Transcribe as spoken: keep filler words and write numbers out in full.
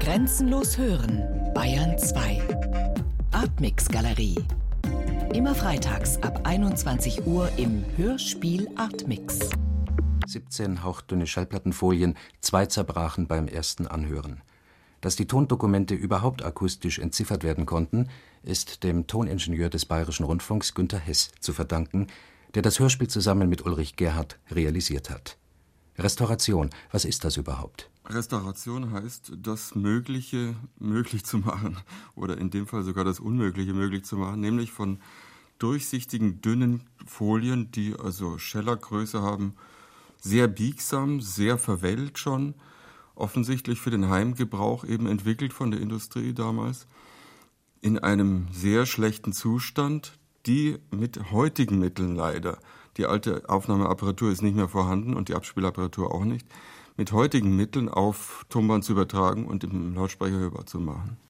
Grenzenlos hören, Bayern zwei. Artmix Galerie. Immer freitags ab einundzwanzig Uhr im Hörspiel Artmix. siebzehn hauchdünne Schallplattenfolien, zwei zerbrachen beim ersten Anhören. Dass die Tondokumente überhaupt akustisch entziffert werden konnten, ist dem Toningenieur des Bayerischen Rundfunks Günter Hess zu verdanken, der das Hörspiel zusammen mit Ulrich Gerhardt realisiert hat. Restauration, was ist das überhaupt? Restauration heißt, das Mögliche möglich zu machen oder in dem Fall sogar das Unmögliche möglich zu machen, nämlich von durchsichtigen, dünnen Folien, die also Schellergröße haben, sehr biegsam, sehr verwelkt schon, offensichtlich für den Heimgebrauch eben entwickelt von der Industrie damals, in einem sehr schlechten Zustand, die mit heutigen Mitteln leider, die alte Aufnahmeapparatur ist nicht mehr vorhanden und die Abspielapparatur auch nicht, mit heutigen Mitteln auf Tonband zu übertragen und im Lautsprecher hörbar zu machen.